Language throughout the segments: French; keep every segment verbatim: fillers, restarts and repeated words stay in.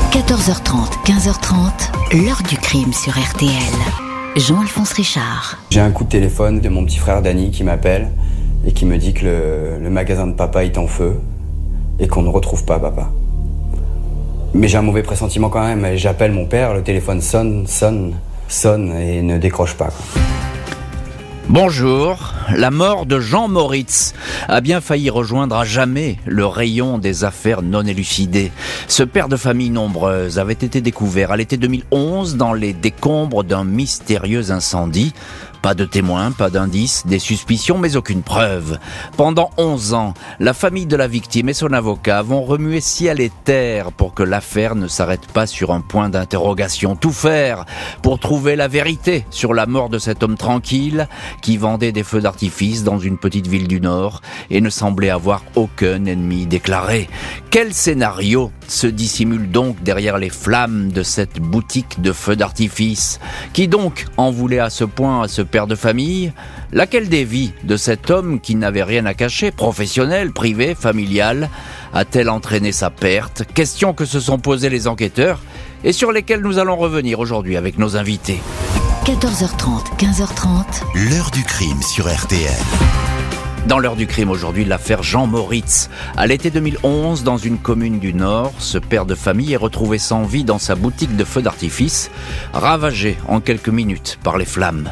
quatorze heures trente, quinze heures trente, l'heure du crime sur R T L. Jean-Alphonse Richard. J'ai un coup de téléphone de mon petit frère Danny qui m'appelle et qui me dit que le, le magasin de papa est en feu et qu'on ne retrouve pas papa. Mais j'ai un mauvais pressentiment quand même. J'appelle mon père, le téléphone sonne, sonne, sonne et ne décroche pas, quoi. Bonjour, la mort de Jean Moritz a bien failli rejoindre à jamais le rayon des affaires non élucidées. Ce père de famille nombreuse avait été découvert à l'été deux mille onze dans les décombres d'un mystérieux incendie. Pas de témoins, pas d'indices, des suspicions, mais aucune preuve. Pendant onze ans, la famille de la victime et son avocat vont remuer ciel et terre pour que l'affaire ne s'arrête pas sur un point d'interrogation. Tout faire pour trouver la vérité sur la mort de cet homme tranquille qui vendait des feux d'artifice dans une petite ville du Nord et ne semblait avoir aucun ennemi déclaré. Quel scénario se dissimule donc derrière les flammes de cette boutique de feux d'artifice? Qui donc en voulait à ce point à ce père de famille? Laquelle des vies de cet homme qui n'avait rien à cacher, professionnel, privé, familial, a-t-elle entraîné sa perte? Questions que se sont posées les enquêteurs et sur lesquelles nous allons revenir aujourd'hui avec nos invités. quatorze heures trente, quinze heures trente. L'heure du crime sur R T L. Dans l'heure du crime aujourd'hui, l'affaire Jean Moritz. À l'été deux mille onze, dans une commune du Nord, ce père de famille est retrouvé sans vie dans sa boutique de feux d'artifice, ravagé en quelques minutes par les flammes.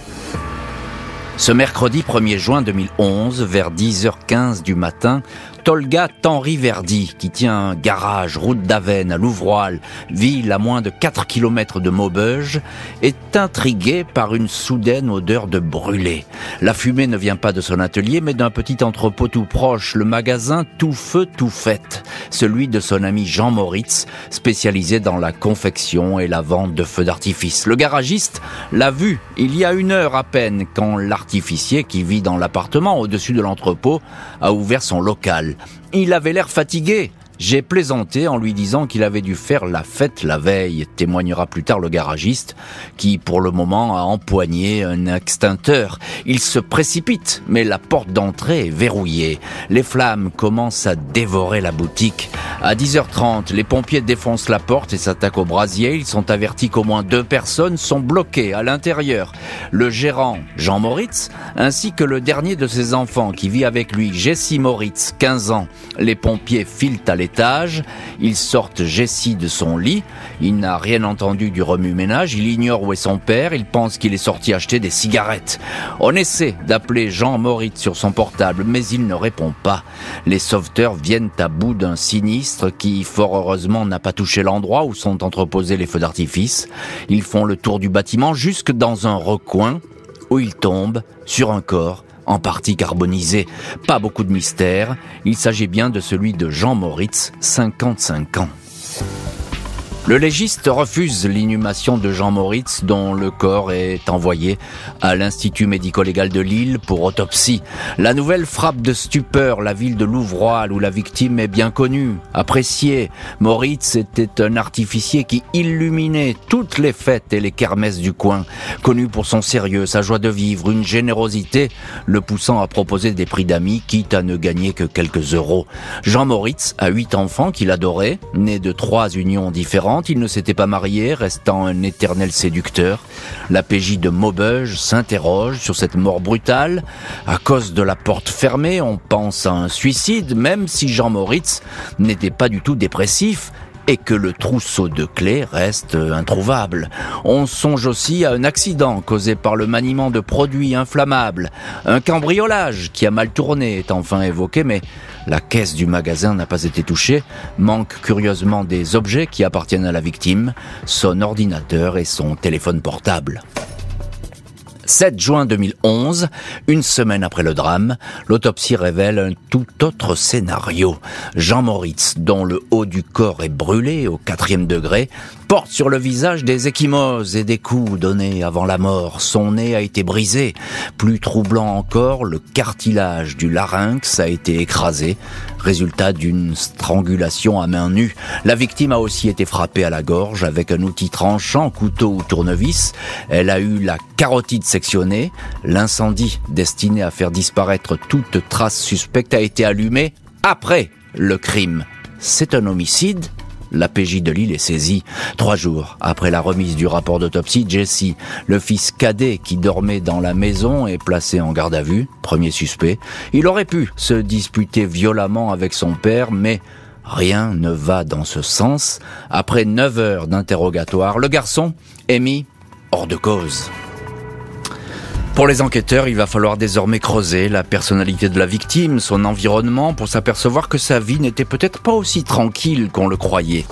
Ce mercredi premier juin deux mille onze, vers dix heures quinze du matin, Tolga Tanriverdi, qui tient un garage route d'Avesnes à Louvroil, ville à moins de quatre kilomètres de Maubeuge, est intrigué par une soudaine odeur de brûlé. La fumée ne vient pas de son atelier, mais d'un petit entrepôt tout proche, le magasin Tout Feu Tout Fête, celui de son ami Jean Moritz, spécialisé dans la confection et la vente de feux d'artifice. Le garagiste l'a vu il y a une heure à peine, quand l'artificier, qui vit dans l'appartement au-dessus de l'entrepôt, a ouvert son local. Il avait l'air fatigué. J'ai plaisanté en lui disant qu'il avait dû faire la fête la veille, témoignera plus tard le garagiste, qui pour le moment a empoigné un extincteur. Il se précipite, mais la porte d'entrée est verrouillée. Les flammes commencent à dévorer la boutique. À dix heures trente, les pompiers défoncent la porte et s'attaquent au brasier. Ils sont avertis qu'au moins deux personnes sont bloquées à l'intérieur. Le gérant, Jean Moritz, ainsi que le dernier de ses enfants qui vit avec lui, Jessie Moritz, quinze ans. Les pompiers filent à l'étage. Ils sortent Jessie de son lit. Il n'a rien entendu du remue-ménage. Il ignore où est son père. Il pense qu'il est sorti acheter des cigarettes. On essaie d'appeler Jean Moritz sur son portable, mais il ne répond pas. Les sauveteurs viennent à bout d'un sinistre qui, fort heureusement, n'a pas touché l'endroit où sont entreposés les feux d'artifice. Ils font le tour du bâtiment jusque dans un recoin où ils tombent sur un corps en partie carbonisé. Pas beaucoup de mystère, il s'agit bien de celui de Jean Moritz, cinquante-cinq ans. Le légiste refuse l'inhumation de Jean Moritz, dont le corps est envoyé à l'Institut médico-légal de Lille pour autopsie. La nouvelle frappe de stupeur la ville de Louvroil, où la victime est bien connue, appréciée. Moritz était un artificier qui illuminait toutes les fêtes et les kermesses du coin. Connu pour son sérieux, sa joie de vivre, une générosité le poussant à proposer des prix d'amis, quitte à ne gagner que quelques euros. Jean Moritz a huit enfants qu'il adorait, nés de trois unions différentes. Il ne s'était pas marié, restant un éternel séducteur. La P J de Maubeuge s'interroge sur cette mort brutale. À cause de la porte fermée, on pense à un suicide, même si Jean Moritz n'était pas du tout dépressif et que le trousseau de clés reste introuvable. On songe aussi à un accident causé par le maniement de produits inflammables. Un cambriolage qui a mal tourné est enfin évoqué, mais la caisse du magasin n'a pas été touchée. Manque curieusement des objets qui appartiennent à la victime, son ordinateur et son téléphone portable. sept juin deux mille onze, une semaine après le drame, l'autopsie révèle un tout autre scénario. Jean Moritz, dont le haut du corps est brûlé au quatrième degré, porte sur le visage des ecchymoses et des coups donnés avant la mort. Son nez a été brisé. Plus troublant encore, le cartilage du larynx a été écrasé, résultat d'une strangulation à main nue. La victime a aussi été frappée à la gorge avec un outil tranchant, couteau ou tournevis. Elle a eu la carotide sectionnée. L'incendie destiné à faire disparaître toute trace suspecte a été allumé après le crime. C'est un homicide La P J de Lille est saisie. Trois jours après la remise du rapport d'autopsie, Jesse, le fils cadet qui dormait dans la maison, est placé en garde à vue, premier suspect. Il aurait pu se disputer violemment avec son père, mais rien ne va dans ce sens. Après neuf heures d'interrogatoire, le garçon est mis hors de cause. Pour les enquêteurs, il va falloir désormais creuser la personnalité de la victime, son environnement, pour s'apercevoir que sa vie n'était peut-être pas aussi tranquille qu'on le croyait.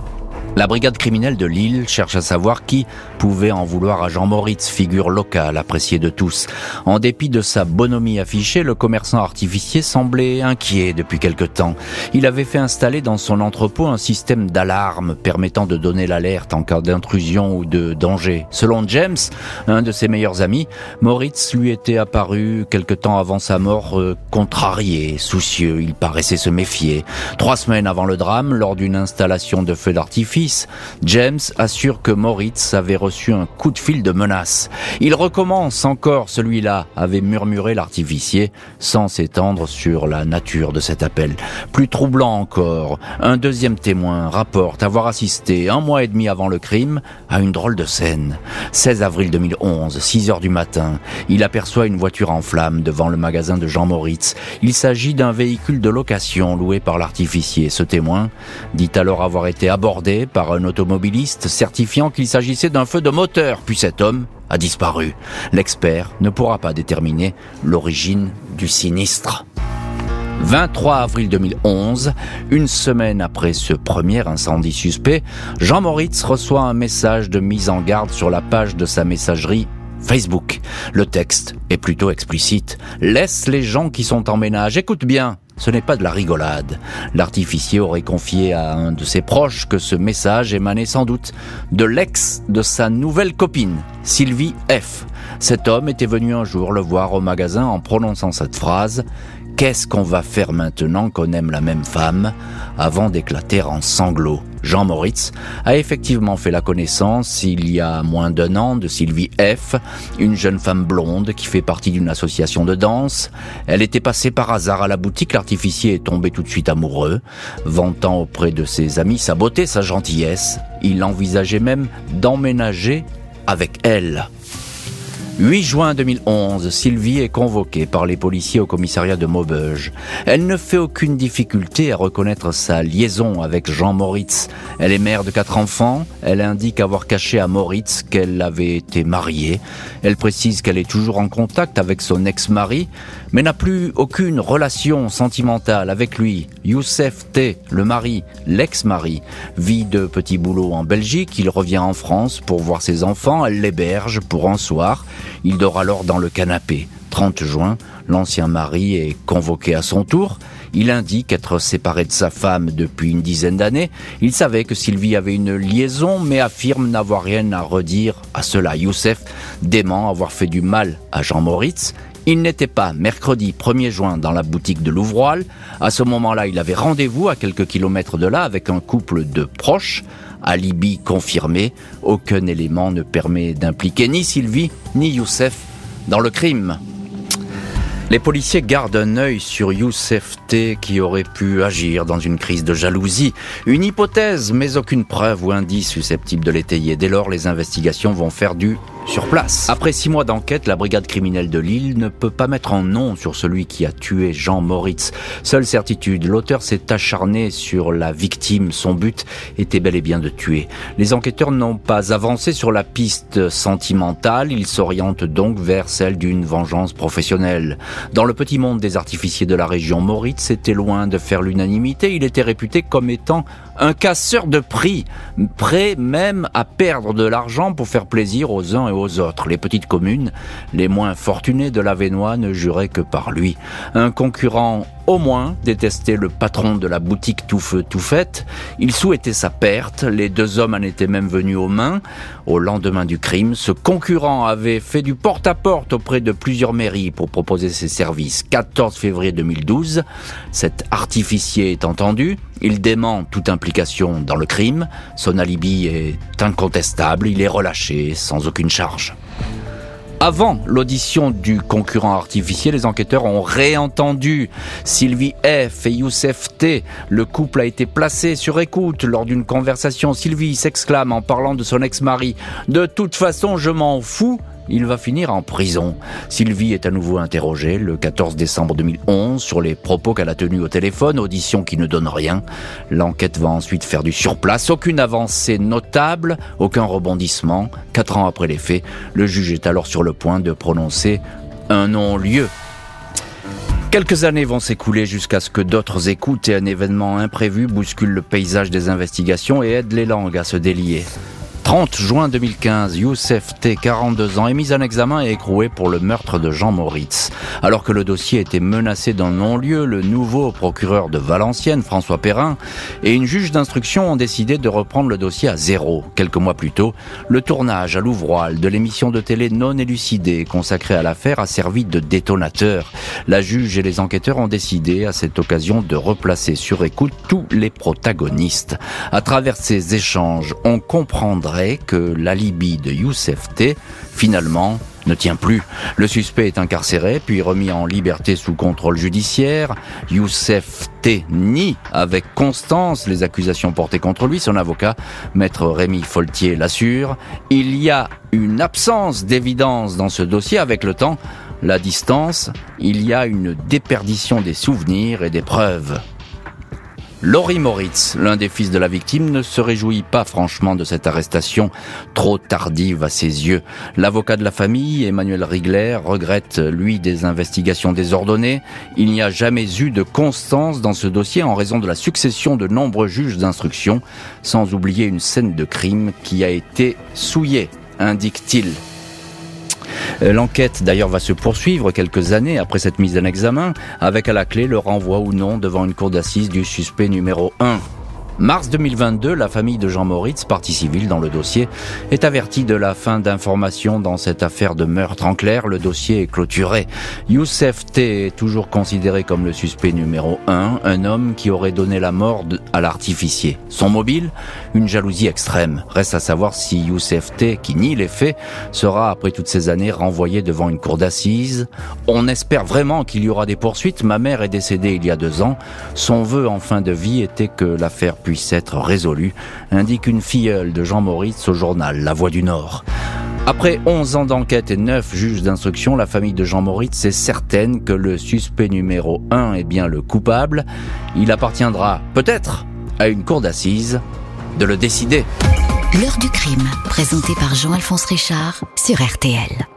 La brigade criminelle de Lille cherche à savoir qui pouvait en vouloir à Jean Moritz, figure locale appréciée de tous. En dépit de sa bonhomie affichée, le commerçant artificier semblait inquiet depuis quelque temps. Il avait fait installer dans son entrepôt un système d'alarme permettant de donner l'alerte en cas d'intrusion ou de danger. Selon James, un de ses meilleurs amis, Moritz lui était apparu quelque temps avant sa mort euh, contrarié, soucieux. Il paraissait se méfier. Trois semaines avant le drame, lors d'une installation de feux d'artifice, James assure que Moritz avait reçu un coup de fil de menace. Il recommence encore, celui-là, avait murmuré l'artificier, sans s'étendre sur la nature de cet appel. Plus troublant encore, un deuxième témoin rapporte avoir assisté, un mois et demi avant le crime, à une drôle de scène. seize avril deux mille onze, six heures du matin, il aperçoit une voiture en flammes devant le magasin de Jean Moritz. Il s'agit d'un véhicule de location loué par l'artificier. Ce témoin dit alors avoir été abordé par un automobiliste certifiant qu'il s'agissait d'un feu de moteur, puis cet homme a disparu. L'expert ne pourra pas déterminer l'origine du sinistre. vingt-trois avril deux mille onze, une semaine après ce premier incendie suspect, Jean Moritz reçoit un message de mise en garde sur la page de sa messagerie Facebook. Le texte est plutôt explicite. « Laisse les gens qui sont en ménage, écoute bien !» Ce n'est pas de la rigolade. L'artificier aurait confié à un de ses proches que ce message émanait sans doute de l'ex de sa nouvelle copine, Sylvie F. Cet homme était venu un jour le voir au magasin en prononçant cette phrase « Qu'est-ce qu'on va faire maintenant qu'on aime la même femme ?» avant d'éclater en sanglots. Jean Moritz a effectivement fait la connaissance, il y a moins d'un an, de Sylvie F., une jeune femme blonde qui fait partie d'une association de danse. Elle était passée par hasard à la boutique, l'artificier est tombé tout de suite amoureux, vantant auprès de ses amis sa beauté, sa gentillesse. Il envisageait même d'emménager avec elle. huit juin deux mille onze, Sylvie est convoquée par les policiers au commissariat de Maubeuge. Elle ne fait aucune difficulté à reconnaître sa liaison avec Jean Moritz. Elle est mère de quatre enfants. Elle indique avoir caché à Moritz qu'elle avait été mariée. Elle précise qu'elle est toujours en contact avec son ex-mari, mais n'a plus aucune relation sentimentale avec lui. Youssef T, le mari, l'ex-mari, vit de petits boulots en Belgique. Il revient en France pour voir ses enfants. Elle l'héberge pour un soir. Il dort alors dans le canapé. trente juin, l'ancien mari est convoqué à son tour. Il indique être séparé de sa femme depuis une dizaine d'années. Il savait que Sylvie avait une liaison, mais affirme n'avoir rien à redire à cela. Youssef dément avoir fait du mal à Jean Moritz. Il n'était pas mercredi premier juin dans la boutique de Louvroil. À ce moment-là, il avait rendez-vous à quelques kilomètres de là avec un couple de proches. Alibi confirmé, aucun élément ne permet d'impliquer ni Sylvie ni Youssef dans le crime. Les policiers gardent un œil sur Youssef T qui aurait pu agir dans une crise de jalousie. Une hypothèse, mais aucune preuve ou indice susceptible de l'étayer. Dès lors, les investigations vont faire du sur place. Après six mois d'enquête, la brigade criminelle de Lille ne peut pas mettre un nom sur celui qui a tué Jean Moritz. Seule certitude, l'auteur s'est acharné sur la victime. Son but était bel et bien de tuer. Les enquêteurs n'ont pas avancé sur la piste sentimentale. Ils s'orientent donc vers celle d'une vengeance professionnelle. Dans le petit monde des artificiers de la région, Moritz était loin de faire l'unanimité. Il était réputé comme étant un casseur de prix, prêt même à perdre de l'argent pour faire plaisir aux uns et aux autres. Les petites communes, les moins fortunées de l'Avesnois, ne juraient que par lui. Un concurrent au moins détestait le patron de la boutique Tout Feu Tout Fait. Il souhaitait sa perte. Les deux hommes en étaient même venus aux mains. Au lendemain du crime, ce concurrent avait fait du porte-à-porte auprès de plusieurs mairies pour proposer ses services. quatorze février deux mille douze, cet artificier est entendu. Il dément toute implication dans le crime. Son alibi est incontestable. Il est relâché sans aucune charge. Avant l'audition du concurrent artificiel, les enquêteurs ont réentendu Sylvie F et Youssef T. Le couple a été placé sur écoute. Lors d'une conversation, Sylvie s'exclame en parlant de son ex-mari « De toute façon, je m'en fous ». Il va finir en prison. Sylvie est à nouveau interrogée le quatorze décembre deux mille onze sur les propos qu'elle a tenus au téléphone, audition qui ne donne rien. L'enquête va ensuite faire du surplace. Aucune avancée notable, aucun rebondissement. Quatre ans après les faits, le juge est alors sur le point de prononcer un non-lieu. Quelques années vont s'écouler jusqu'à ce que d'autres écoutes et un événement imprévu bousculent le paysage des investigations et aident les langues à se délier. trente juin deux mille quinze, Youssef T, quarante-deux ans, est mis en examen et écroué pour le meurtre de Jean Moritz. Alors que le dossier était menacé d'un non-lieu, le nouveau procureur de Valenciennes, François Perrin, et une juge d'instruction ont décidé de reprendre le dossier à zéro. Quelques mois plus tôt, le tournage à l'Ouvroil de l'émission de télé non élucidée consacrée à l'affaire a servi de détonateur. La juge et les enquêteurs ont décidé à cette occasion de replacer sur écoute tous les protagonistes. À travers ces échanges, on comprendrait que l'alibi de Youssef T, finalement, ne tient plus. Le suspect est incarcéré, puis remis en liberté sous contrôle judiciaire. Youssef T nie avec constance les accusations portées contre lui. Son avocat, maître Rémi Foltier, l'assure. Il y a une absence d'évidence dans ce dossier. Avec le temps, la distance, il y a une déperdition des souvenirs et des preuves. Laurie Moritz, l'un des fils de la victime, ne se réjouit pas franchement de cette arrestation trop tardive à ses yeux. L'avocat de la famille, Emmanuel Rigler, regrette, lui, des investigations désordonnées. Il n'y a jamais eu de constance dans ce dossier en raison de la succession de nombreux juges d'instruction, sans oublier une scène de crime qui a été souillée, indique-t-il. L'enquête d'ailleurs va se poursuivre quelques années après cette mise en examen, avec à la clé le renvoi ou non devant une cour d'assises du suspect numéro un. Mars deux mille vingt-deux, la famille de Jean Moritz, partie civile dans le dossier, est avertie de la fin d'informations dans cette affaire de meurtre. En clair, le dossier est clôturé. Youssef T est toujours considéré comme le suspect numéro un, un homme qui aurait donné la mort à l'artificier. Son mobile, une jalousie extrême. Reste à savoir si Youssef T, qui nie les faits, sera, après toutes ces années, renvoyé devant une cour d'assises. On espère vraiment qu'il y aura des poursuites. Ma mère est décédée il y a deux ans. Son vœu en fin de vie était que l'affaire puisse être résolue, indique une filleule de Jean Moritz au journal La Voix du Nord. Après onze ans d'enquête et neuf juges d'instruction, la famille de Jean Moritz est certaine que le suspect numéro un est bien le coupable. Il appartiendra peut-être à une cour d'assises de le décider. L'heure du crime, présenté par Jean-Alphonse Richard sur R T L.